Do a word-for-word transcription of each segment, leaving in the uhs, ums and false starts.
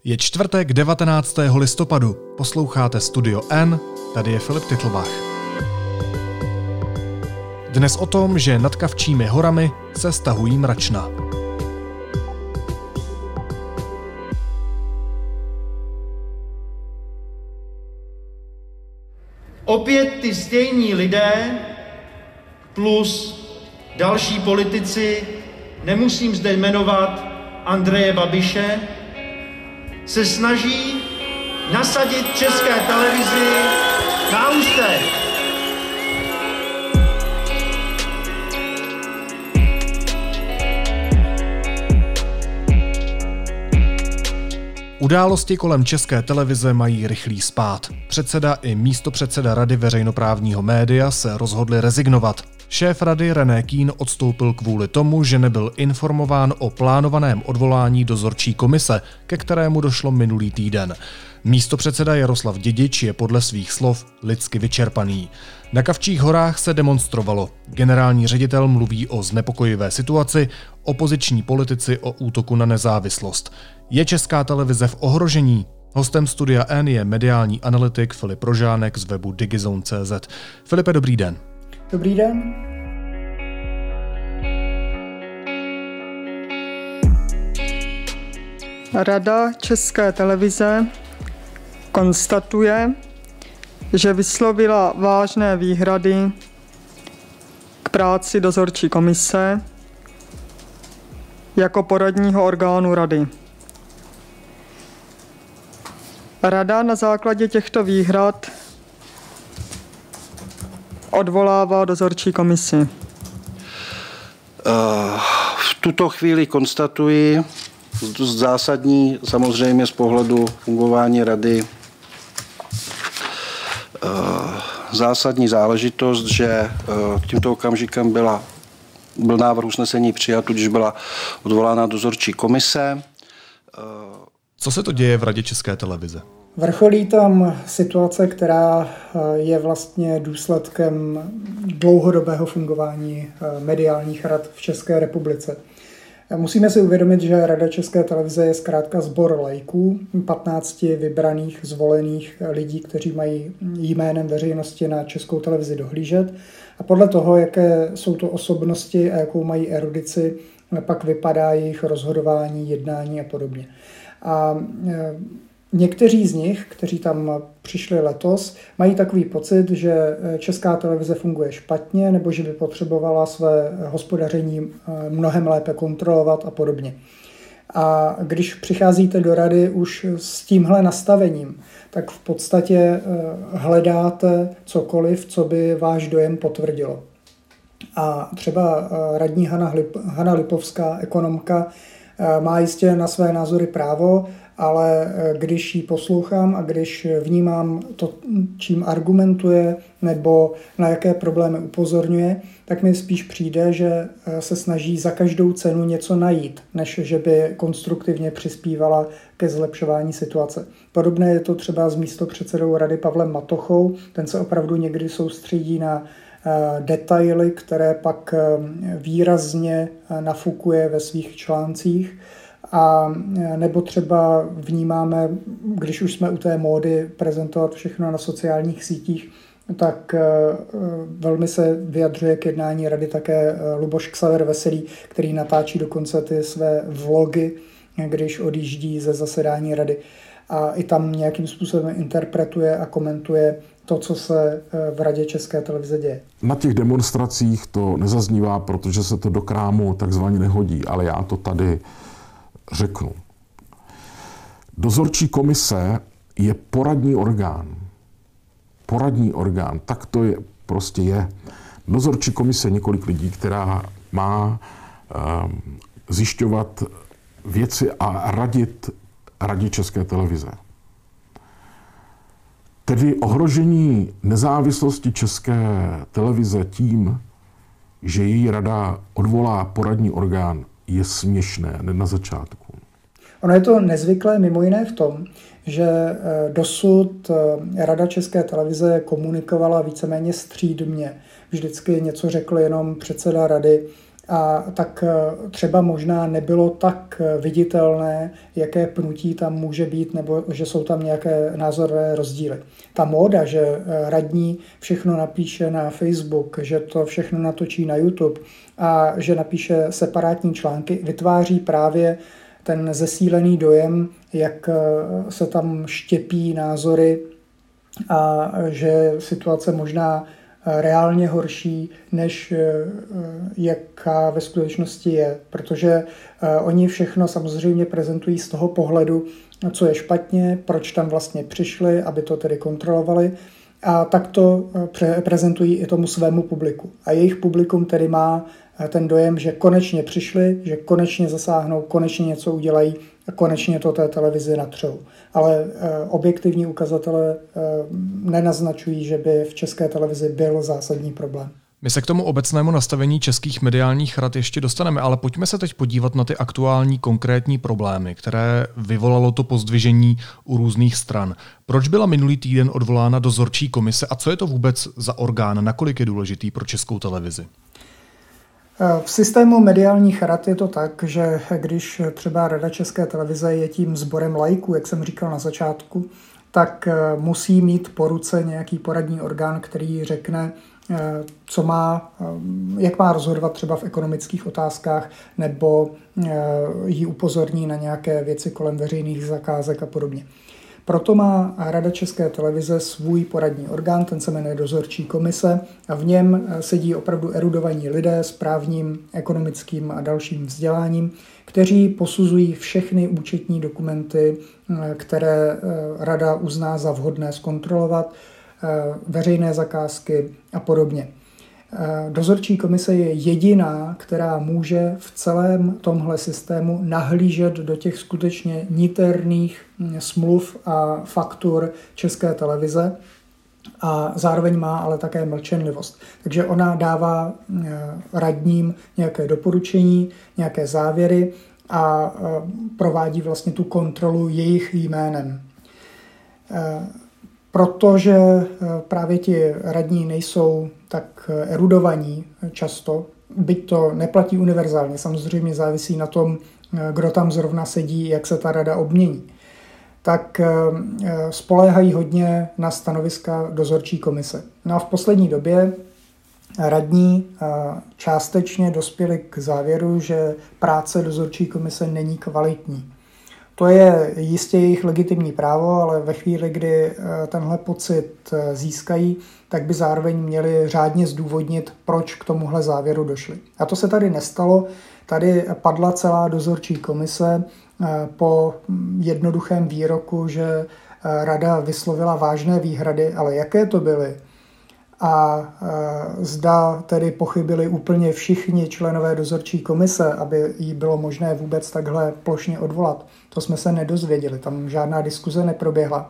Je čtvrtek devatenáctého listopadu. Posloucháte Studio N, tady je Filip Titlbach. Dnes o tom, že nad Kavčími horami se stahují mračna. Opět ty stejní lidé plus další politici, nemusím zde jmenovat Andreje Babiše, se snaží nasadit České televizi na ústek. Události kolem České televize mají rychlý spád. Předseda i místopředseda Rady veřejnoprávního média se rozhodli rezignovat. Šéf rady René Kühn odstoupil kvůli tomu, že nebyl informován o plánovaném odvolání dozorčí komise, ke kterému došlo minulý týden. Místopředseda Jaroslav Dědič je podle svých slov lidsky vyčerpaný. Na Kavčích horách se demonstrovalo. Generální ředitel mluví o znepokojivé situaci, opoziční politici o útoku na nezávislost. Je Česká televize v ohrožení? Hostem Studia N je mediální analytik Filip Rožánek z webu Digizone tečka cé zet. Filipe, dobrý den. Dobrý den. Rada České televize konstatuje, že vyslovila vážné výhrady k práci dozorčí komise jako poradního orgánu rady. Rada na základě těchto výhrad odvolává dozorčí komisi. V tuto chvíli konstatuji zásadní, samozřejmě z pohledu fungování rady, zásadní záležitost, že tímto okamžikem byla, byl návrh usnesení přijat, tudíž byla odvolána dozorčí komise. Co se to děje v Radě České televize? Vrcholí tam situace, která je vlastně důsledkem dlouhodobého fungování mediálních rad v České republice. Musíme si uvědomit, že Rada České televize je zkrátka sbor laiků, patnácti vybraných, zvolených lidí, kteří mají jménem veřejnosti na Českou televizi dohlížet. A podle toho, jaké jsou to osobnosti a jakou mají erudici, pak vypadá jejich rozhodování, jednání a podobně. A někteří z nich, kteří tam přišli letos, mají takový pocit, že Česká televize funguje špatně nebo že by potřebovala své hospodaření mnohem lépe kontrolovat a podobně. A když přicházíte do rady už s tímhle nastavením, tak v podstatě hledáte cokoliv, co by váš dojem potvrdilo. A třeba radní Hana, Lip, Hana Lipovská, ekonomka, má jistě na své názory právo, ale když ji poslouchám a když vnímám to, čím argumentuje nebo na jaké problémy upozorňuje, tak mi spíš přijde, že se snaží za každou cenu něco najít, než že by konstruktivně přispívala ke zlepšování situace. Podobné je to třeba s místopředsedou rady Pavlem Matochou. Ten se opravdu někdy soustředí na detaily, které pak výrazně nafukuje ve svých článcích. A nebo třeba vnímáme, když už jsme u té módy prezentovat všechno na sociálních sítích, tak velmi se vyjadřuje k jednání rady také Luboš Ksaver Veselý, který natáčí dokonce ty své vlogy, když odjíždí ze zasedání rady. A i tam nějakým způsobem interpretuje a komentuje to, co se v Radě České televize děje. Na těch demonstracích to nezaznívá, protože se to do krámu takzvaně nehodí, ale já to tady řeknu. Dozorčí komise je poradní orgán. Poradní orgán, tak to je, prostě je. Dozorčí komise je několik lidí, která má um, zjišťovat věci a radit Radě České televize. Tedy ohrožení nezávislosti České televize tím, že její rada odvolá poradní orgán, je směšné, ne na začátku. Ono je to nezvyklé mimo jiné v tom, že dosud Rada České televize komunikovala víceméně střídmě. Vždycky něco řekl jenom předseda rady A tak třeba možná nebylo tak viditelné, jaké pnutí tam může být, nebo že jsou tam nějaké názorové rozdíly. Ta móda, že radní všechno napíše na Facebook, že to všechno natočí na YouTube a že napíše separátní články, vytváří právě ten zesílený dojem, jak se tam štěpí názory a že situace možná reálně horší, než jaká ve skutečnosti je. Protože oni všechno samozřejmě prezentují z toho pohledu, co je špatně, proč tam vlastně přišli, aby to tedy kontrolovali. A tak to prezentují i tomu svému publiku. A jejich publikum tedy má ten dojem, že konečně přišli, že konečně zasáhnou, konečně něco udělají a konečně to té televizi natřou. Ale objektivní ukazatele nenaznačují, že by v České televizi byl zásadní problém. My se k tomu obecnému nastavení českých mediálních rad ještě dostaneme, ale pojďme se teď podívat na ty aktuální konkrétní problémy, které vyvolalo to pozdvižení u různých stran. Proč byla minulý týden odvolána dozorčí komise a co je to vůbec za orgán, nakolik je důležitý pro Českou televizi? V systému mediálních rad je to tak, že když třeba Rada České televize je tím sborem laiků, jak jsem říkal na začátku, tak musí mít po ruce nějaký poradní orgán, který řekne, co má, jak má rozhodovat třeba v ekonomických otázkách, nebo ji upozorní na nějaké věci kolem veřejných zakázek a podobně. Proto má Rada České televize svůj poradní orgán, ten se jmenuje dozorčí komise a v něm sedí opravdu erudovaní lidé s právním, ekonomickým a dalším vzděláním, kteří posuzují všechny účetní dokumenty, které Rada uzná za vhodné zkontrolovat, veřejné zakázky a podobně. Dozorčí komise je jediná, která může v celém tomhle systému nahlížet do těch skutečně niterných smluv a faktur České televize a zároveň má ale také mlčenlivost. Takže ona dává radním nějaké doporučení, nějaké závěry a provádí vlastně tu kontrolu jejich jménem. Protože právě ti radní nejsou tak erudovaní často, byť to neplatí univerzálně, samozřejmě závisí na tom, kdo tam zrovna sedí, jak se ta rada obmění, tak spoléhají hodně na stanoviska dozorčí komise. No a v poslední době radní částečně dospěli k závěru, že práce dozorčí komise není kvalitní. To je jistě jejich legitimní právo, ale ve chvíli, kdy tenhle pocit získají, tak by zároveň měli řádně zdůvodnit, proč k tomuhle závěru došli. A to se tady nestalo. Tady padla celá dozorčí komise po jednoduchém výroku, že rada vyslovila vážné výhrady, ale jaké to byly? A zda tedy pochybili úplně všichni členové dozorčí komise, aby jí bylo možné vůbec takhle plošně odvolat. To jsme se nedozvěděli, tam žádná diskuze neproběhla.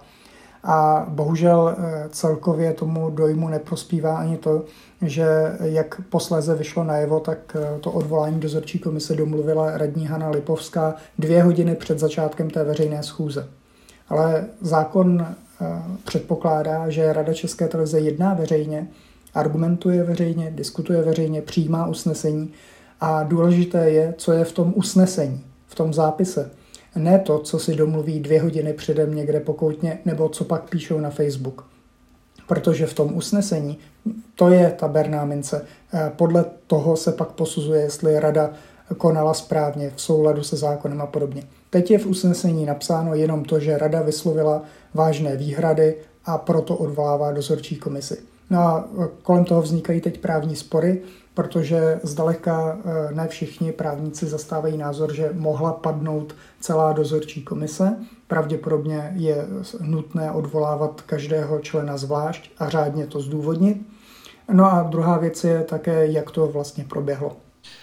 A bohužel celkově tomu dojmu neprospívá ani to, že jak posléze vyšlo najevo, tak to odvolání dozorčí komise domluvila radní Hana Lipovská dvě hodiny před začátkem té veřejné schůze. Ale zákon předpokládá, že Rada České televize jedná veřejně, argumentuje veřejně, diskutuje veřejně, přijímá usnesení a důležité je, co je v tom usnesení, v tom zápise. Ne to, co si domluví dvě hodiny předem někde pokoutně, nebo co pak píšou na Facebook. Protože v tom usnesení, to je ta berná mince. Podle toho se pak posuzuje, jestli rada konala správně, v souladu se zákonem a podobně. Teď je v usnesení napsáno jenom to, že rada vyslovila vážné výhrady a proto odvolává dozorčí komisi. No a kolem toho vznikají teď právní spory, protože zdaleka ne všichni právníci zastávají názor, že mohla padnout celá dozorčí komise. Pravděpodobně je nutné odvolávat každého člena zvlášť a řádně to zdůvodnit. No a druhá věc je také, jak to vlastně proběhlo.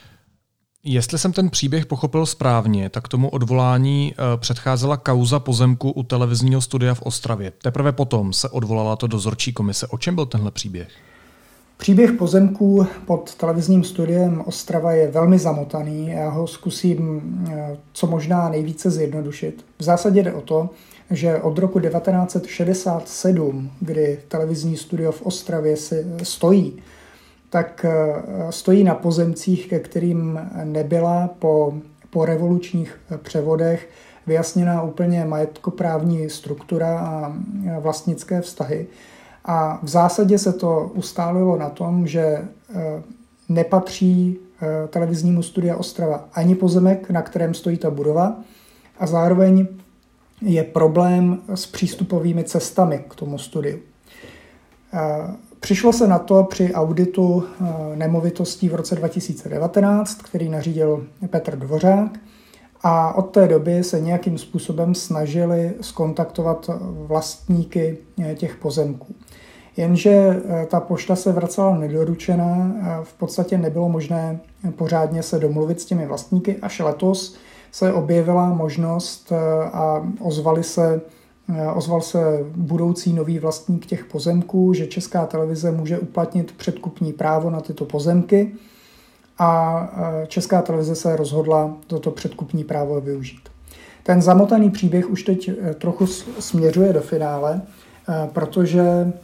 Jestli jsem ten příběh pochopil správně, tak tomu odvolání předcházela kauza pozemku u televizního studia v Ostravě. Teprve potom se odvolala to dozorčí komise. O čem byl tenhle příběh? Příběh pozemků pod televizním studiem Ostrava je velmi zamotaný. Já ho zkusím co možná nejvíce zjednodušit. V zásadě jde o to, že od roku devatenáct set šedesát sedm, kdy televizní studio v Ostravě si stojí, tak stojí na pozemcích, ke kterým nebyla po, po revolučních převodech vyjasněná úplně majetkoprávní struktura a vlastnické vztahy. A v zásadě se to ustálilo na tom, že nepatří televiznímu studia Ostrava ani pozemek, na kterém stojí ta budova, a zároveň je problém s přístupovými cestami k tomu studiu. Přišlo se na to při auditu nemovitostí v roce dva tisíce devatenáct, který nařídil Petr Dvořák, a od té doby se nějakým způsobem snažili zkontaktovat vlastníky těch pozemků. Jenže ta pošta se vracela nedoručená, v podstatě nebylo možné pořádně se domluvit s těmi vlastníky, až letos se objevila možnost a ozvali se, ozval se budoucí nový vlastník těch pozemků, že Česká televize může uplatnit předkupní právo na tyto pozemky, a Česká televize se rozhodla toto předkupní právo využít. Ten zamotaný příběh už teď trochu směřuje do finále, protože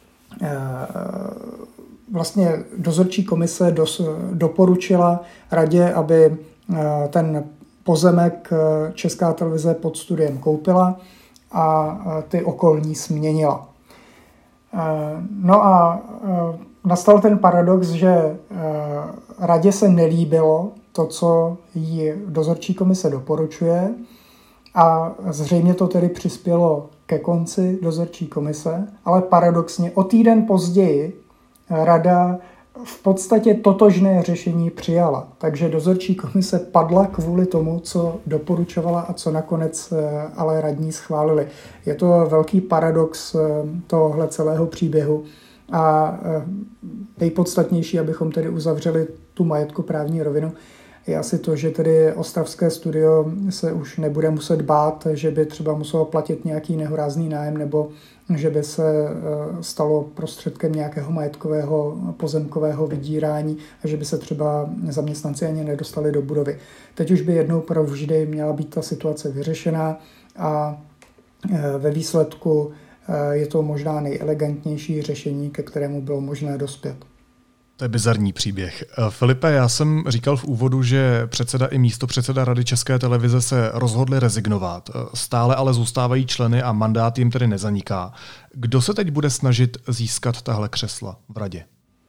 vlastně dozorčí komise dos, doporučila radě, aby ten pozemek Česká televize pod studiem koupila a ty okolní směnila. No a nastal ten paradox, že radě se nelíbilo to, co jí dozorčí komise doporučuje, a zřejmě to tedy přispělo ke konci dozorčí komise, ale paradoxně o týden později rada v podstatě totožné řešení přijala. Takže dozorčí komise padla kvůli tomu, co doporučovala a co nakonec ale radní schválili. Je to velký paradox tohle celého příběhu a nejpodstatnější, abychom tedy uzavřeli tu majetkoprávní rovinu, je asi to, že tedy ostravské studio se už nebude muset bát, že by třeba muselo platit nějaký nehorázný nájem, nebo že by se stalo prostředkem nějakého majetkového pozemkového vydírání a že by se třeba zaměstnanci ani nedostali do budovy. Teď už by jednou provždy měla být ta situace vyřešená a ve výsledku je to možná nejelegantnější řešení, ke kterému bylo možné dospět. To je bizarní příběh. Filipe, já jsem říkal v úvodu, že předseda i místopředseda Rady České televize se rozhodli rezignovat. Stále ale zůstávají členy a mandát jim tedy nezaniká. Kdo se teď bude snažit získat tahle křesla v radě?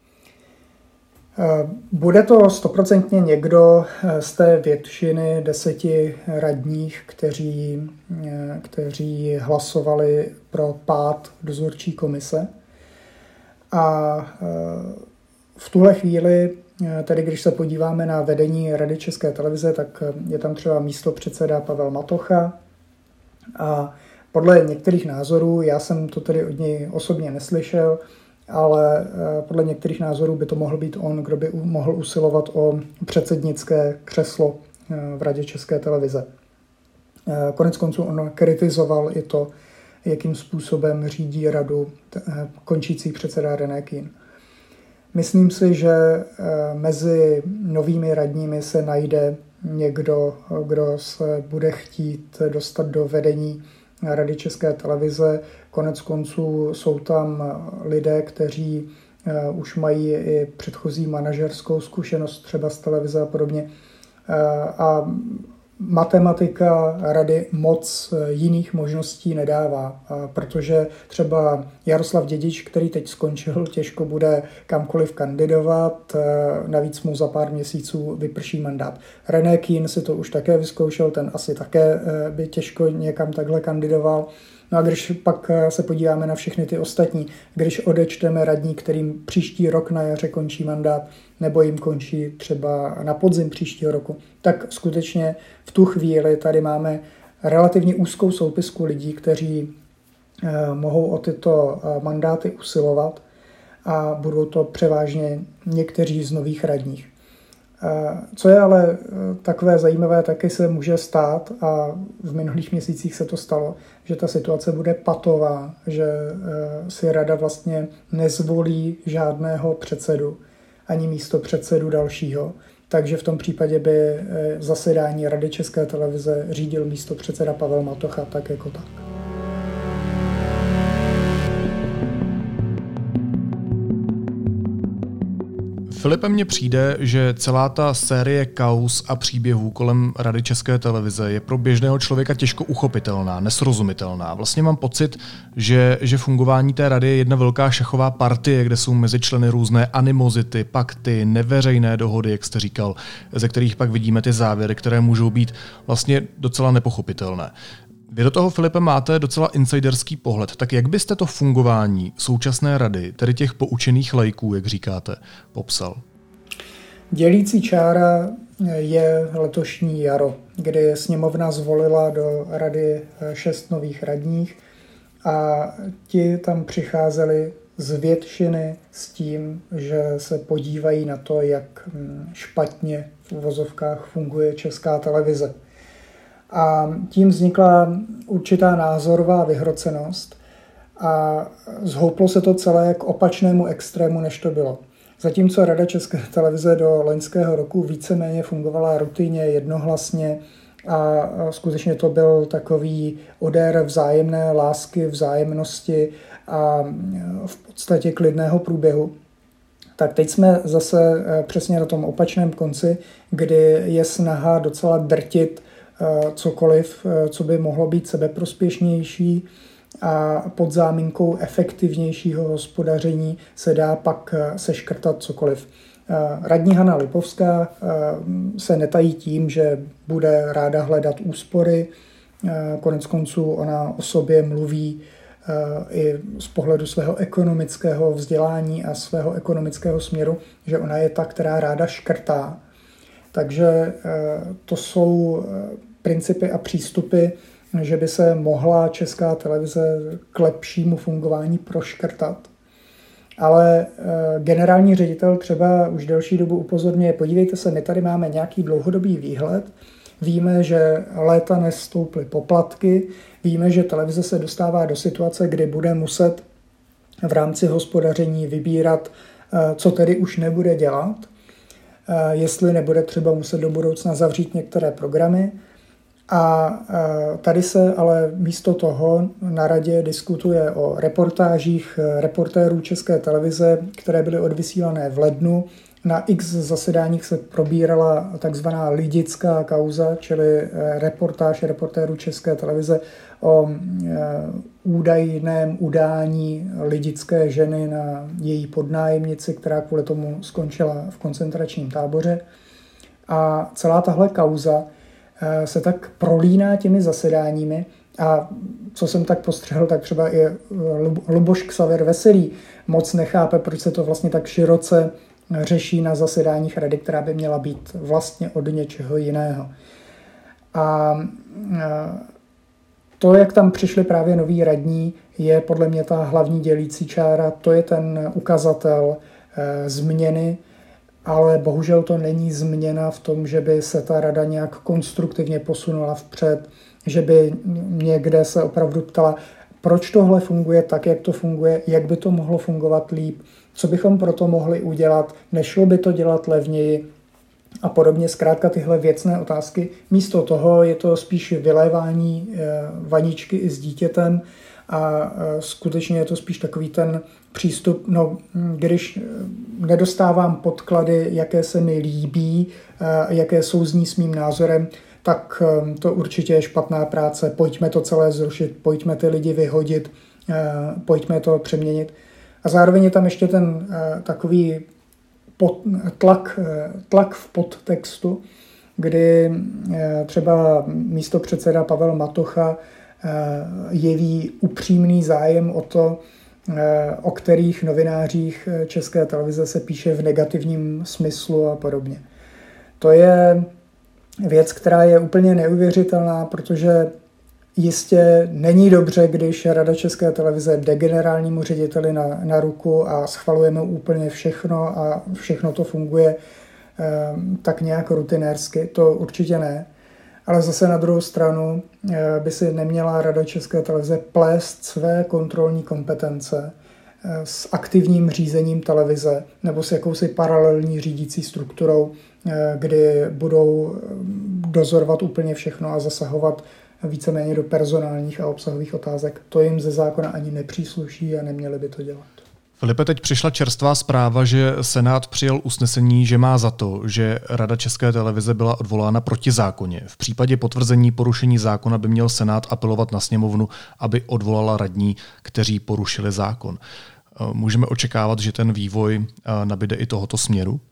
Bude to stoprocentně někdo z té většiny deseti radních, kteří, kteří hlasovali pro pád dozorčí komise. A v tuhle chvíli, tedy když se podíváme na vedení Rady České televize, tak je tam třeba místopředseda Pavel Matocha a podle některých názorů, já jsem to tedy od něj osobně neslyšel, ale podle některých názorů by to mohl být on, kdo by mohl usilovat o předsednické křeslo v Radě České televize. Konec konců on kritizoval i to, jakým způsobem řídí radu končící předseda René Kühn. Myslím si, že mezi novými radními se najde někdo, kdo se bude chtít dostat do vedení Rady České televize. Konec konců jsou tam lidé, kteří už mají i předchozí manažerskou zkušenost třeba z televize a podobně. A matematika rady moc jiných možností nedává, protože třeba Jaroslav Dědič, který teď skončil, těžko bude kamkoliv kandidovat, navíc mu za pár měsíců vyprší mandát. René Kühn si to už také vyzkoušel, ten asi také by těžko někam takhle kandidoval. No a když pak se podíváme na všechny ty ostatní, když odečteme radní, kterým příští rok na jaře končí mandát, nebo jim končí třeba na podzim příštího roku, tak skutečně v tu chvíli tady máme relativně úzkou soupisku lidí, kteří eh, mohou o tyto eh, mandáty usilovat a budou to převážně někteří z nových radních. Co je ale takové zajímavé, taky se může stát, a v minulých měsících se to stalo, že ta situace bude patová, že si rada vlastně nezvolí žádného předsedu, ani místo předsedu dalšího, takže v tom případě by zasedání Rady České televize řídil místo předseda Pavel Matocha tak jako tak. Filipe, mně přijde, že celá ta série kauz a příběhů kolem Rady České televize je pro běžného člověka těžko uchopitelná, nesrozumitelná. Vlastně mám pocit, že, že fungování té rady je jedna velká šachová partie, kde jsou mezi členy různé animozity, pakty, neveřejné dohody, jak jste říkal, ze kterých pak vidíme ty závěry, které můžou být vlastně docela nepochopitelné. Vy do toho, Filipe, máte docela insiderský pohled. Tak jak byste to fungování současné rady, tedy těch poučených laiků, jak říkáte, popsal? Dělící čára je letošní jaro, kdy sněmovna zvolila do rady šest nových radních a ti tam přicházeli z většiny s tím, že se podívají na to, jak špatně v uvozovkách funguje Česká televize. A tím vznikla určitá názorová vyhrocenost a zhouplo se to celé k opačnému extrému, než to bylo. Zatímco Rada České televize do loňského roku víceméně fungovala rutině, jednohlasně a skutečně to byl takový odér vzájemné lásky, vzájemnosti a v podstatě klidného průběhu, tak teď jsme zase přesně na tom opačném konci, kdy je snaha docela drtit cokoliv, co by mohlo být sebeprospěšnější a pod záminkou efektivnějšího hospodaření se dá pak seškrtat cokoliv. Radní Hana Lipovská se netají tím, že bude ráda hledat úspory. Konec konců ona o sobě mluví i z pohledu svého ekonomického vzdělání a svého ekonomického směru, že ona je ta, která ráda škrtá. Takže to jsou principy a přístupy, že by se mohla Česká televize k lepšímu fungování proškrtat. Ale generální ředitel třeba už delší dobu upozorňuje, podívejte se, my tady máme nějaký dlouhodobý výhled, víme, že léta nestouply poplatky, víme, že televize se dostává do situace, kdy bude muset v rámci hospodaření vybírat, co tedy už nebude dělat, jestli nebude třeba muset do budoucna zavřít některé programy. A tady se ale místo toho na radě diskutuje o reportážích reportérů České televize, které byly odvysílané v lednu. Na x zasedáních se probírala takzvaná lidická kauza, čili reportáž reportérů České televize o údajném udání lidické ženy na její podnájemnici, která kvůli tomu skončila v koncentračním táboře. A celá tahle kauza se tak prolíná těmi zasedáními a co jsem tak postřehl, tak třeba i Luboš Xaver Veselý moc nechápe, proč se to vlastně tak široce řeší na zasedáních rady, která by měla být vlastně od něčeho jiného. A to, jak tam přišli právě noví radní, je podle mě ta hlavní dělící čára, to je ten ukazatel změny, ale bohužel to není změna v tom, že by se ta rada nějak konstruktivně posunula vpřed, že by někde se opravdu ptala, proč tohle funguje tak, jak to funguje, jak by to mohlo fungovat líp, co bychom proto mohli udělat, nešlo by to dělat levněji a podobně. Zkrátka tyhle věcné otázky. Místo toho je to spíš vylévání vaničky i s dítětem a skutečně je to spíš takový ten přístup, no, když nedostávám podklady, jaké se mi líbí, jaké souzní s mým názorem, tak to určitě je špatná práce. Pojďme to celé zrušit, pojďme ty lidi vyhodit, pojďme to přeměnit. A zároveň je tam ještě ten takový pod, tlak, tlak v podtextu, kdy třeba místopředseda Pavel Matocha jeví upřímný zájem o to, o kterých novinářích České televize se píše v negativním smyslu a podobně. To je věc, která je úplně neuvěřitelná, protože jistě není dobře, když Rada České televize jde generálnímu řediteli na, na ruku a schvalujeme úplně všechno a všechno to funguje eh, tak nějak rutinérsky. To určitě ne. Ale zase na druhou stranu eh, by si neměla Rada České televize plést své kontrolní kompetence eh, s aktivním řízením televize nebo s jakousi paralelní řídící strukturou, eh, kdy budou dozorovat úplně všechno a zasahovat víceméně do personálních a obsahových otázek. To jim ze zákona ani nepřísluší a neměli by to dělat. Filipe, teď přišla čerstvá zpráva, že Senát přijal usnesení, že má za to, že Rada České televize byla odvolána protizákonně. V případě potvrzení porušení zákona by měl Senát apelovat na sněmovnu, aby odvolala radní, kteří porušili zákon. Můžeme očekávat, že ten vývoj nabyde i tohoto směru?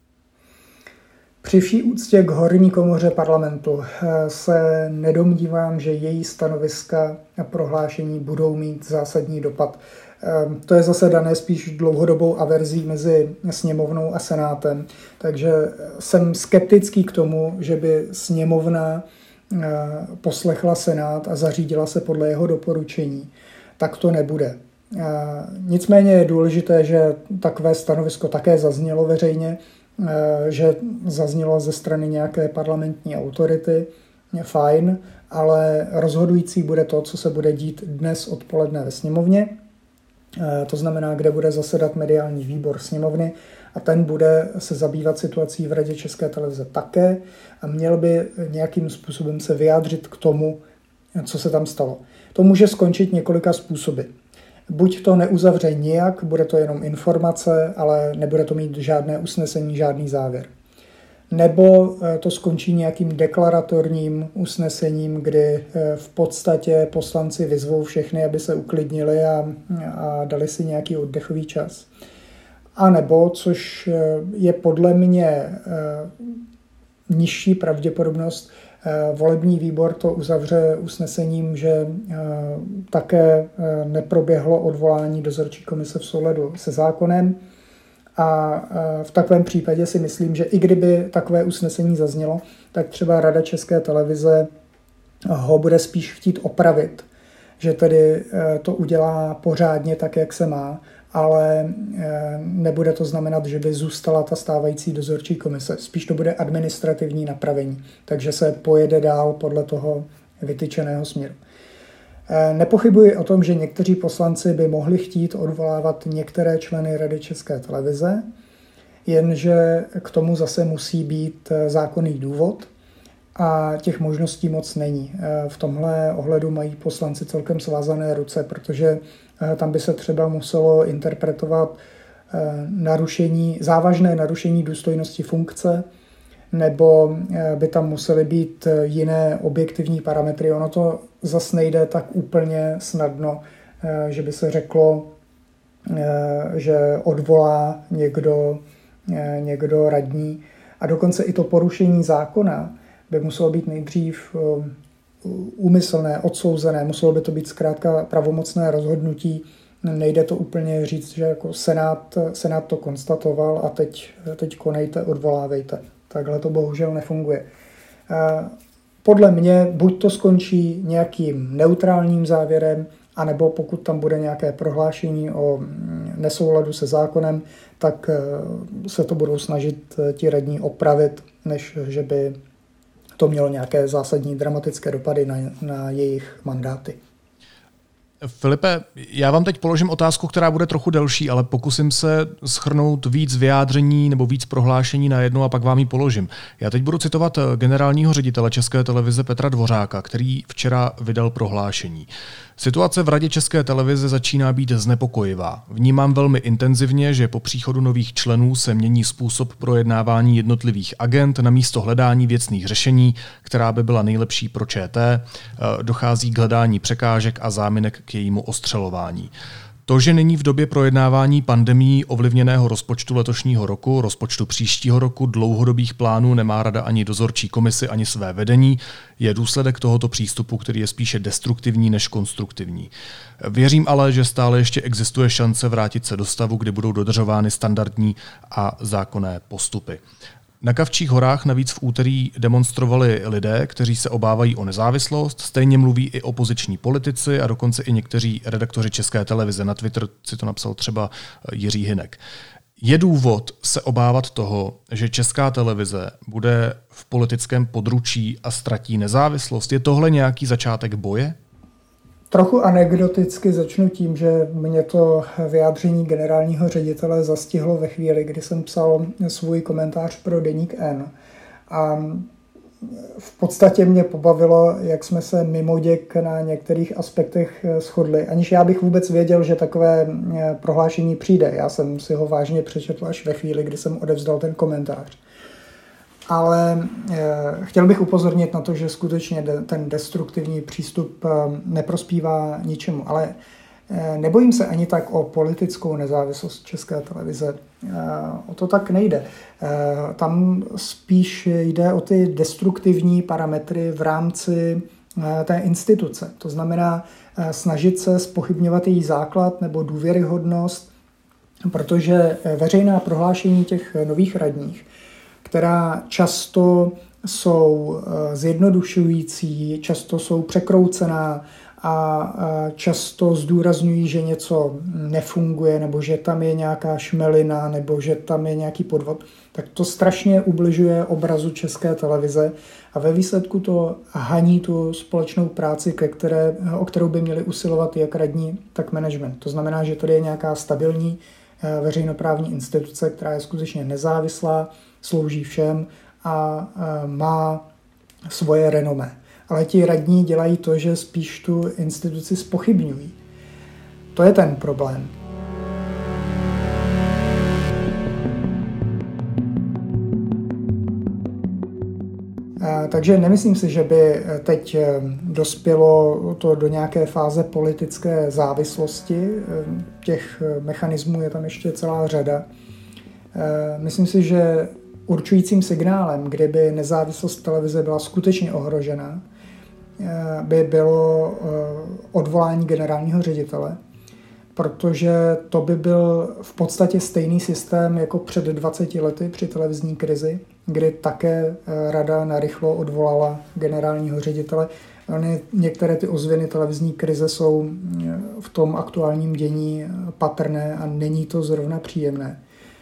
Při vší úctě k horní komoře parlamentu se nedomnívám, že její stanoviska a prohlášení budou mít zásadní dopad. To je zase dané spíš dlouhodobou averzí mezi sněmovnou a senátem, takže jsem skeptický k tomu, že by sněmovna poslechla senát a zařídila se podle jeho doporučení. Tak to nebude. Nicméně je důležité, že takové stanovisko také zaznělo veřejně, že zaznělo ze strany nějaké parlamentní autority, fajn, ale rozhodující bude to, co se bude dít dnes odpoledne ve sněmovně. To znamená, kde bude zasedat mediální výbor sněmovny a ten bude se zabývat situací v Radě České televize také a měl by nějakým způsobem se vyjádřit k tomu, co se tam stalo. To může skončit několika způsoby. Buď to neuzavře nijak, bude to jenom informace, ale nebude to mít žádné usnesení, žádný závěr. Nebo to skončí nějakým deklaratorním usnesením, kdy v podstatě poslanci vyzvou všechny, aby se uklidnili a, a dali si nějaký oddechový čas. A nebo, což je podle mě nižší pravděpodobnost, volební výbor to uzavře usnesením, že také neproběhlo odvolání dozorčí komise v souladu se zákonem. A v takovém případě si myslím, že i kdyby takové usnesení zaznělo, tak třeba Rada České televize ho bude spíš chtít opravit, že tedy to udělá pořádně tak, jak se má, ale nebude to znamenat, že by zůstala ta stávající dozorčí komise. Spíš to bude administrativní napravení, takže se pojede dál podle toho vytyčeného směru. Nepochybuji o tom, že někteří poslanci by mohli chtít odvolávat některé členy Rady České televize, jenže k tomu zase musí být zákonný důvod a těch možností moc není. V tomhle ohledu mají poslanci celkem svázané ruce, protože tam by se třeba muselo interpretovat narušení, závažné narušení důstojnosti funkce, nebo by tam musely být jiné objektivní parametry. Ono to zas nejde tak úplně snadno, že by se řeklo, že odvolá někdo, někdo radní. A dokonce i to porušení zákona by muselo být nejdřív úmyslné, odsouzené, muselo by to být zkrátka pravomocné rozhodnutí. Nejde to úplně říct, že jako senát, senát to konstatoval a teď, teď konejte, odvolávejte. Takhle to bohužel nefunguje. Podle mě buď to skončí nějakým neutrálním závěrem, anebo pokud tam bude nějaké prohlášení o nesouladu se zákonem, tak se to budou snažit ti radní opravit, než že by to mělo nějaké zásadní dramatické dopady na, na jejich mandáty. Filipe, já vám teď položím otázku, která bude trochu delší, ale pokusím se shrnout víc vyjádření nebo víc prohlášení na jedno a pak vám ji položím. Já teď budu citovat generálního ředitele České televize Petra Dvořáka, který včera vydal prohlášení. Situace v Radě České televize začíná být znepokojivá. Vnímám velmi intenzivně, že po příchodu nových členů se mění způsob projednávání jednotlivých agend na místo hledání věcných řešení, která by byla nejlepší pro ČT. Dochází k hledání překážek a záminek k jejímu ostřelování. To, že není v době projednávání pandemií ovlivněného rozpočtu letošního roku, rozpočtu příštího roku, dlouhodobých plánů nemá rada ani dozorčí komisi, ani své vedení, je důsledek tohoto přístupu, který je spíše destruktivní než konstruktivní. Věřím ale, že stále ještě existuje šance vrátit se do stavu, kdy budou dodržovány standardní a zákonné postupy. Na Kavčích horách navíc v úterý demonstrovali lidé, kteří se obávají o nezávislost, stejně mluví i opoziční politici a dokonce i někteří redaktoři České televize. Na Twitter si to napsal třeba Jiří Hynek. Je důvod se obávat toho, že Česká televize bude v politickém područí a ztratí nezávislost? Je tohle nějaký začátek boje? Trochu anekdoticky začnu tím, že mě to vyjádření generálního ředitele zastihlo ve chvíli, kdy jsem psal svůj komentář pro Deník N. A v podstatě mě pobavilo, jak jsme se mimoděk na některých aspektech shodli, aniž já bych vůbec věděl, že takové prohlášení přijde. Já jsem si ho vážně přečetl až ve chvíli, kdy jsem odevzdal ten komentář. Ale chtěl bych upozornit na to, že skutečně ten destruktivní přístup neprospívá ničemu. Ale nebojím se ani tak o politickou nezávislost České televize. O to tak nejde. Tam spíš jde o ty destruktivní parametry v rámci té instituce. To znamená snažit se zpochybňovat její základ nebo důvěryhodnost, protože veřejná prohlášení těch nových radních, která často jsou zjednodušující, často jsou překroucená a často zdůrazňují, že něco nefunguje, nebo že tam je nějaká šmelina, nebo že tam je nějaký podvod, tak to strašně ubližuje obrazu České televize a ve výsledku to haní tu společnou práci, ke které, o kterou by měli usilovat jak radní, tak management. To znamená, že tady je nějaká stabilní veřejnoprávní instituce, která je skutečně nezávislá, slouží všem a má svoje renomé. Ale ti radní dělají to, že spíš tu instituci zpochybňují. To je ten problém. Takže nemyslím si, že by teď dospělo to do nějaké fáze politické závislosti. Těch mechanismů je tam ještě celá řada. Myslím si, že určujícím signálem, kdyby nezávislost televize byla skutečně ohrožena, by bylo odvolání generálního ředitele, protože to by byl v podstatě stejný systém jako před dvaceti lety při televizní krizi, kdy také rada narychlo odvolala generálního ředitele. Některé ty ozvěny televizní krize jsou v tom aktuálním dění patrné a není to zrovna příjemné.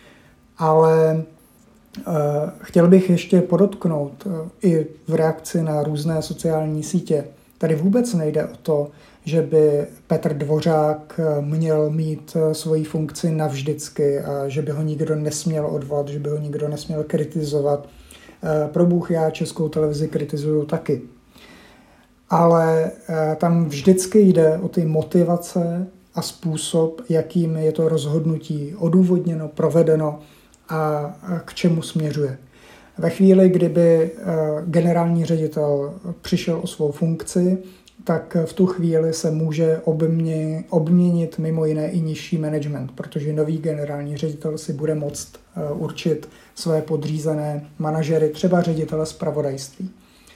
Ale chtěl bych ještě podotknout i v reakci na různé sociální sítě. Tady vůbec nejde o to, že by Petr Dvořák měl mít svoji funkci navždycky a že by ho nikdo nesměl odvolat, že by ho nikdo nesměl kritizovat. Pro bůh, já Českou televizi kritizuju taky. Ale tam vždycky jde o ty motivace a způsob, jakým je to rozhodnutí odůvodněno, provedeno a k čemu směřuje. Ve chvíli, kdyby generální ředitel přišel o svou funkci, tak v tu chvíli se může obmě, obměnit mimo jiné i nižší management, protože nový generální ředitel si bude moct určit své podřízené manažery, třeba ředitele zpravodajství.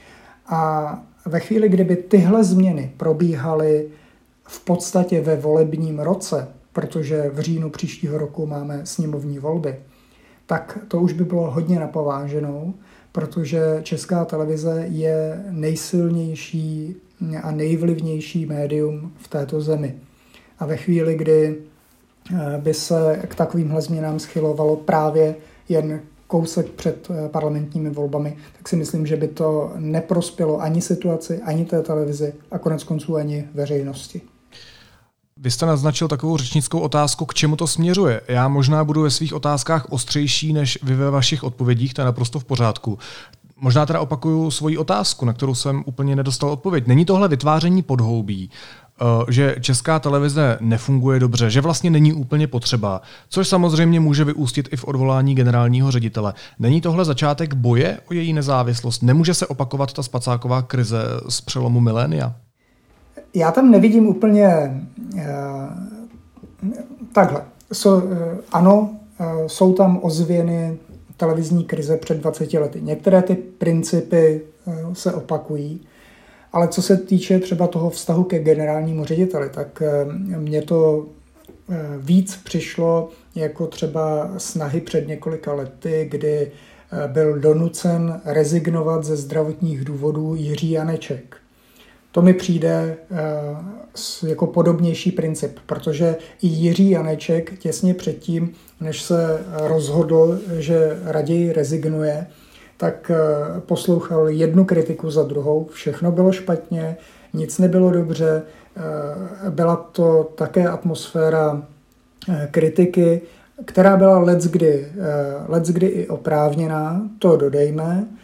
A ve chvíli, kdyby tyhle změny probíhaly v podstatě ve volebním roce, protože v říjnu příštího roku máme sněmovní volby, tak to už by bylo hodně napováženou, protože Česká televize je nejsilnější a nejvlivnější médium v této zemi. A ve chvíli, kdy by se k takovýmhle změnám schylovalo právě jen kousek před parlamentními volbami, tak si myslím, že by to neprospělo ani situaci, ani té televizi a konec konců ani veřejnosti. Vy jste naznačil takovou řečnickou otázku, k čemu to směřuje. Já možná budu ve svých otázkách ostřejší než vy ve vašich odpovědích, to je naprosto v pořádku. Možná teda opakuju svoji otázku, na kterou jsem úplně nedostal odpověď. Není tohle vytváření podhoubí, že Česká televize nefunguje dobře, že vlastně není úplně potřeba, což samozřejmě může vyústit i v odvolání generálního ředitele. Není tohle začátek boje o její nezávislost? Nemůže se opakovat ta spacáková krize z přelomu milénia? Já tam nevidím úplně uh, takhle. So, uh, ano, uh, jsou tam ozvěny televizní krize před dvaceti lety. Některé ty principy uh, se opakují, ale co se týče třeba toho vztahu ke generálnímu řediteli, tak uh, mně to uh, víc přišlo jako třeba snahy před několika lety, kdy uh, byl donucen rezignovat ze zdravotních důvodů Jiří Janeček. To mi přijde uh, jako podobnější princip, protože i Jiří Janeček těsně předtím, než se rozhodl, že raději rezignuje, tak uh, poslouchal jednu kritiku za druhou, všechno bylo špatně, nic nebylo dobře, uh, byla to také atmosféra uh, kritiky, která byla leckdy, uh, leckdy i oprávněná, to dodejme,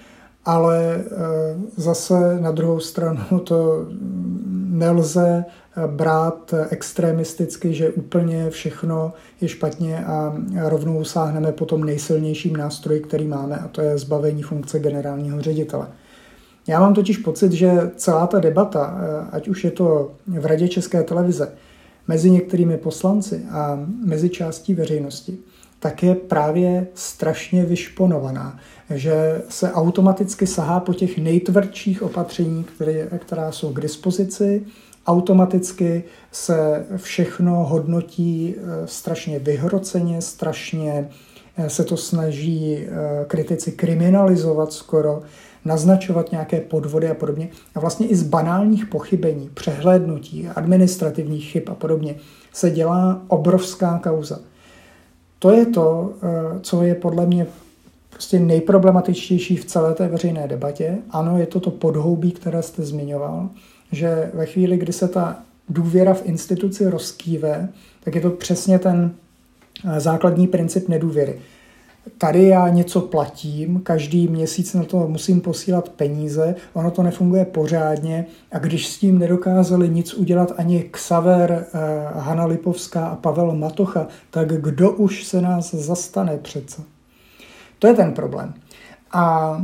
ale zase na druhou stranu to nelze brát extremisticky, že úplně všechno je špatně a rovnou sáhneme po tom nejsilnějším nástroji, který máme, a to je zbavení funkce generálního ředitele. Já mám totiž pocit, že celá ta debata, ať už je to v Radě České televize, mezi některými poslanci a mezi částí veřejnosti, tak je právě strašně vyšponovaná, že se automaticky sahá po těch nejtvrdších opatření, které, která jsou k dispozici, automaticky se všechno hodnotí strašně vyhroceně, strašně se to snaží kritici kriminalizovat skoro, naznačovat nějaké podvody a podobně. A vlastně i z banálních pochybení, přehlédnutí, administrativních chyb a podobně se dělá obrovská kauza. To je to, co je podle mě prostě nejproblematičtější v celé té veřejné debatě. Ano, je to to podhoubí, které jste zmiňoval, že ve chvíli, kdy se ta důvěra v instituci rozkýve, tak je to přesně ten základní princip nedůvěry. Tady já něco platím, každý měsíc na to musím posílat peníze, ono to nefunguje pořádně a když s tím nedokázali nic udělat ani Xaver, Hana Lipovská a Pavel Matocha, tak kdo už se nás zastane přece? To je ten problém. A, a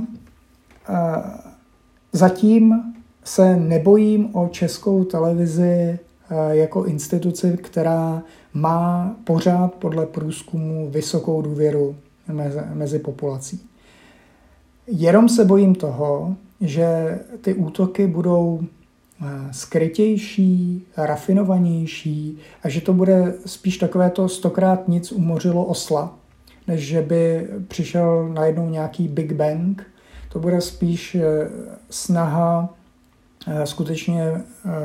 zatím se nebojím o Českou televizi jako instituci, která má pořád podle průzkumu vysokou důvěru mezi, mezi populací. Jenom se bojím toho, že ty útoky budou skrytější, rafinovanější a že to bude spíš takové to stokrát nic umořilo osla, než že by přišel najednou nějaký Big Bang. To bude spíš snaha skutečně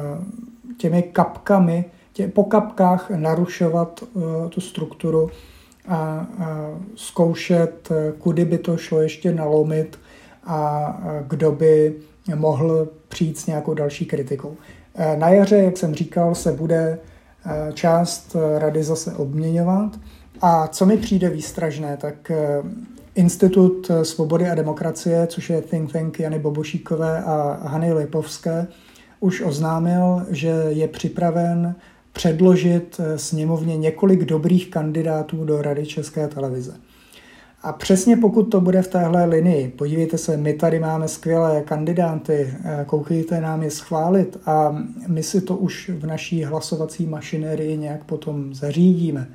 těmi kapkami, tě, po kapkách narušovat tu strukturu a, a zkoušet, kudy by to šlo ještě nalomit a kdo by mohl přijít s nějakou další kritikou. Na jaře, jak jsem říkal, se bude část rady zase obměňovat. A co mi přijde výstražné, tak Institut svobody a demokracie, což je think tank Jany Bobošíkové a Hany Lipovské, už oznámil, že je připraven předložit sněmovně několik dobrých kandidátů do Rady České televize. A přesně pokud to bude v téhle linii, podívejte se, my tady máme skvělé kandidáty, koukejte nám je schválit a my si to už v naší hlasovací mašinérii nějak potom zařídíme,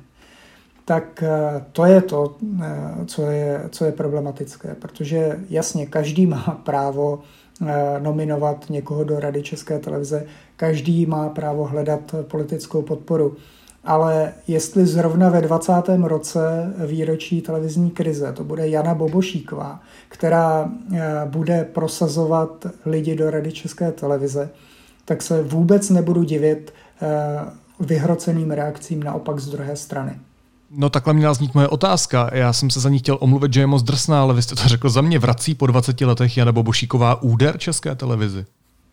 tak to je to, co je, co je problematické, protože jasně, každý má právo nominovat někoho do Rady České televize, každý má právo hledat politickou podporu, ale jestli zrovna ve dvacátém roce výročí televizní krize to bude Jana Bobošíková, která bude prosazovat lidi do Rady České televize, tak se vůbec nebudu divit vyhroceným reakcím naopak z druhé strany. No takhle měla znít moje otázka. Já jsem se za ní chtěl omluvit, že je moc drsná, ale vy jste to řekl za mě. Vrací po dvaceti letech Jana Bobošíková úder České televizi?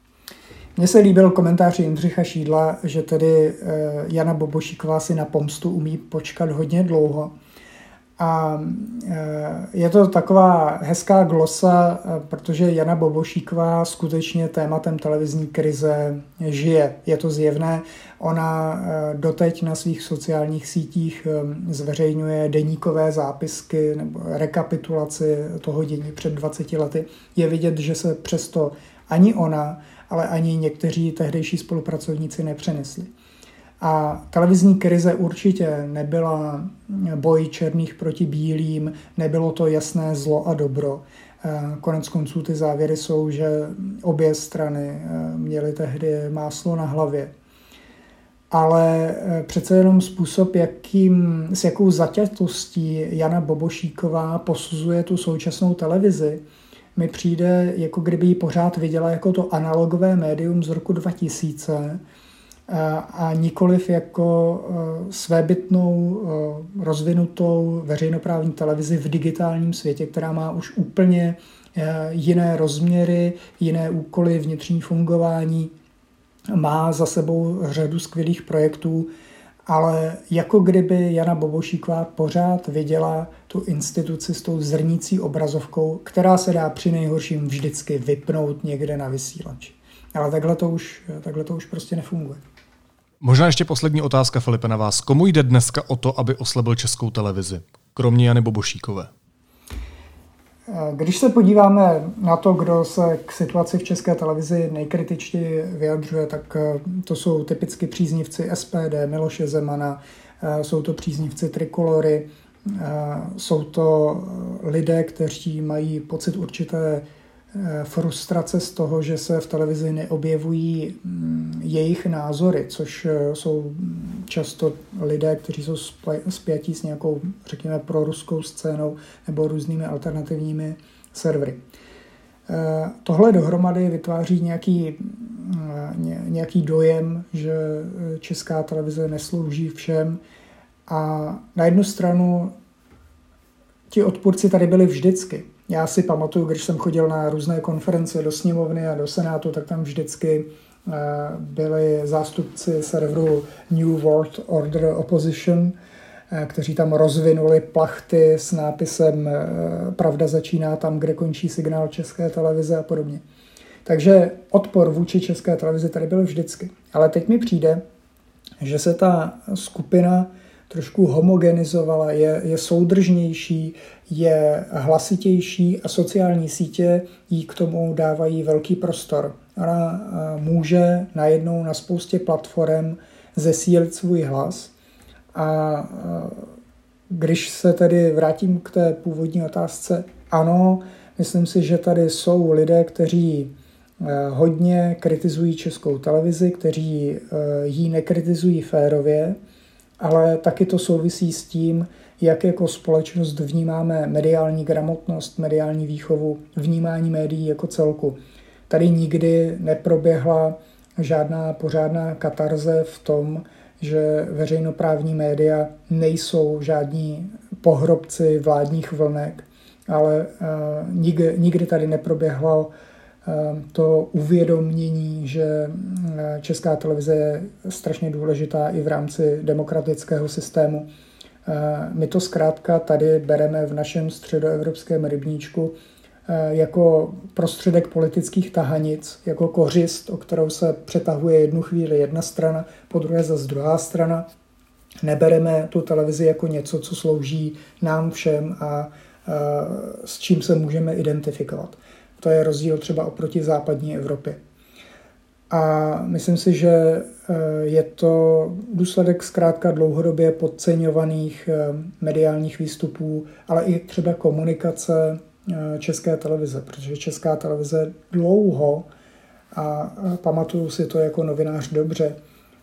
Mně se líbil komentář Jindřicha Šídla, že tedy Jana Bobošíková si na pomstu umí počkat hodně dlouho. A je to taková hezká glosa, protože Jana Bobošíková skutečně tématem televizní krize žije. Je to zjevné. Ona doteď na svých sociálních sítích zveřejňuje deníkové zápisky nebo rekapitulaci toho dění před dvaceti lety. Je vidět, že se přesto ani ona, ale ani někteří tehdejší spolupracovníci nepřenesli. A televizní krize určitě nebyla boj černých proti bílým, nebylo to jasné zlo a dobro. Konec konců ty závěry jsou, že obě strany měly tehdy máslo na hlavě. Ale přece jenom způsob, jakým, s jakou zaťatostí Jana Bobošíková posuzuje tu současnou televizi, mi přijde, jako kdyby ji pořád viděla jako to analogové médium z roku dva tisíce, a nikoliv jako svébytnou, rozvinutou veřejnoprávní televizi v digitálním světě, která má už úplně jiné rozměry, jiné úkoly, vnitřní fungování, má za sebou řadu skvělých projektů ale jako kdyby Jana Bobošíková pořád viděla tu instituci s tou zrnící obrazovkou, která se dá při nejhorším vždycky vypnout někde na vysílači. Ale takhle to už, takhle to už prostě nefunguje. Možná ještě poslední otázka, Filipe, na vás. Komu jde dneska o to, aby oslabil Českou televizi? Kromě Jany Bobošíkové. Když se podíváme na to, kdo se k situaci v České televizi nejkritičtěji vyjadřuje, tak to jsou typicky příznivci S P D, Miloše Zemana, jsou to příznivci Trikolory, jsou to lidé, kteří mají pocit určité frustrace z toho, že se v televizi neobjevují jejich názory, což jsou často lidé, kteří jsou spjatí s nějakou, řekněme, proruskou scénou nebo různými alternativními servery. Tohle dohromady vytváří nějaký, nějaký dojem, že Česká televize neslouží všem, a na jednu stranu ti odpůrci tady byli vždycky. Já si pamatuju, když jsem chodil na různé konference do sněmovny a do senátu, tak tam vždycky byli zástupci serveru New World Order Opposition, kteří tam rozvinuli plachty s nápisem Pravda začíná tam, kde končí signál České televize a podobně. Takže odpor vůči České televizi tady byl vždycky. Ale teď mi přijde, že se ta skupina trošku homogenizovala, je, je soudržnější, je hlasitější a sociální sítě jí k tomu dávají velký prostor. Ona může najednou na spoustě platform zesílit svůj hlas, a když se tedy vrátím k té původní otázce, ano, myslím si, že tady jsou lidé, kteří hodně kritizují Českou televizi, kteří ji nekritizují férově, ale taky to souvisí s tím, jak jako společnost vnímáme mediální gramotnost, mediální výchovu, vnímání médií jako celku. Tady nikdy neproběhla žádná pořádná katarze v tom, že veřejnoprávní média nejsou žádní pohrobci vládních vlnek, ale uh, nikdy, nikdy tady neproběhlo uh, to uvědomění, že Česká televize je strašně důležitá i v rámci demokratického systému. Uh, my to zkrátka tady bereme v našem středoevropském rybníčku uh, jako prostředek politických tahanic, jako kořist, o kterou se přetahuje jednu chvíli jedna strana, po druhé zase druhá strana. Nebereme tu televizi jako něco, co slouží nám všem a s čím se můžeme identifikovat. To je rozdíl třeba oproti západní Evropě. A myslím si, že je to důsledek zkrátka dlouhodobě podceňovaných mediálních výstupů, ale i třeba komunikace České televize, protože Česká televize dlouho, a pamatuju si to jako novinář dobře,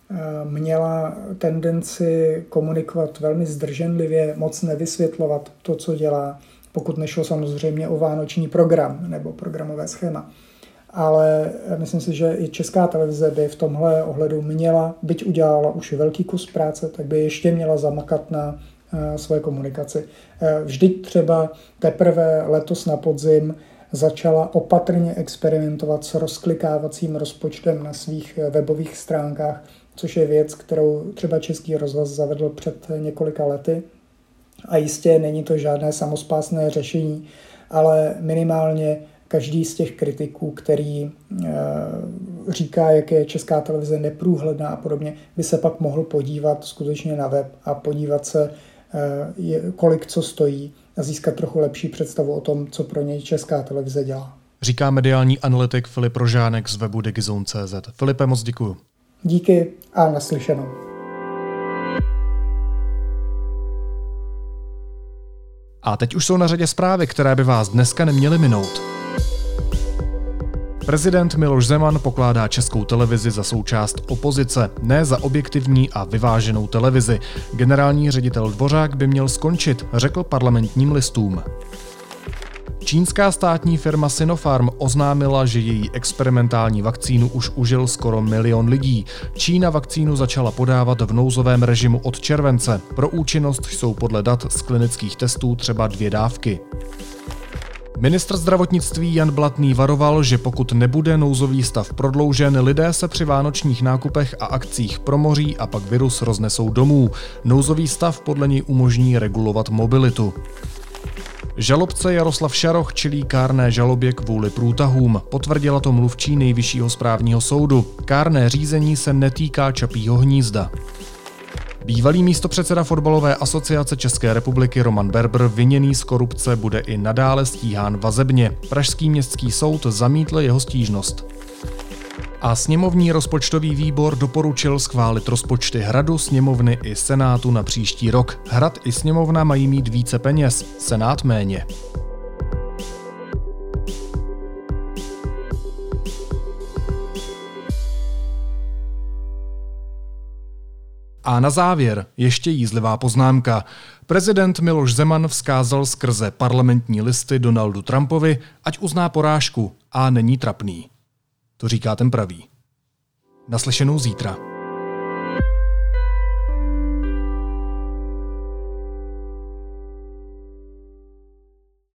měla tendenci komunikovat velmi zdrženlivě, moc nevysvětlovat to, co dělá, pokud nešlo samozřejmě o vánoční program nebo programové schéma. Ale myslím si, že i Česká televize by v tomhle ohledu měla, byť udělala už velký kus práce, tak by ještě měla zamakat na své komunikaci. Vždyť třeba teprve letos na podzim začala opatrně experimentovat s rozklikávacím rozpočtem na svých webových stránkách, což je věc, kterou třeba Český rozhlas zavedl před několika lety. A jistě není to žádné samospásné řešení, ale minimálně každý z těch kritiků, který e, říká, jak je Česká televize neprůhledná a podobně, by se pak mohl podívat skutečně na web a podívat se, e, kolik co stojí, a získat trochu lepší představu o tom, co pro něj Česká televize dělá. Říká mediální analytik Filip Rožánek z webu digizone tečka cé zet. Filipe, moc děkuju. Díky a naslyšenou. A teď už jsou na řadě zprávy, které by vás dneska neměly minout. Prezident Miloš Zeman pokládá Českou televizi za součást opozice, ne za objektivní a vyváženou televizi. Generální ředitel Dvořák by měl skončit, řekl Parlamentním listům. Čínská státní firma Sinopharm oznámila, že její experimentální vakcínu už užil skoro milion lidí. Čína vakcínu začala podávat v nouzovém režimu od července. Pro účinnost jsou podle dat z klinických testů třeba dvě dávky. Ministr zdravotnictví Jan Blatný varoval, že pokud nebude nouzový stav prodloužen, lidé se při vánočních nákupech a akcích promoří a pak virus roznesou domů. Nouzový stav podle něj umožní regulovat mobilitu. Žalobce Jaroslav Šaroch čelí kárné žalobě kvůli průtahům. Potvrdila to mluvčí Nejvyššího správního soudu. Kárné řízení se netýká Čapího hnízda. Bývalý místopředseda Fotbalové asociace České republiky Roman Berber, viněný z korupce, bude i nadále stíhán vazebně. Pražský městský soud zamítl jeho stížnost. A sněmovní rozpočtový výbor doporučil schválit rozpočty Hradu, sněmovny i Senátu na příští rok. Hrad i sněmovna mají mít více peněz, Senát méně. A na závěr ještě jízlivá poznámka. Prezident Miloš Zeman vzkázal skrze parlamentní listy Donaldu Trumpovi, ať uzná porážku a není trapný. To říká ten pravý. Naslyšenou zítra.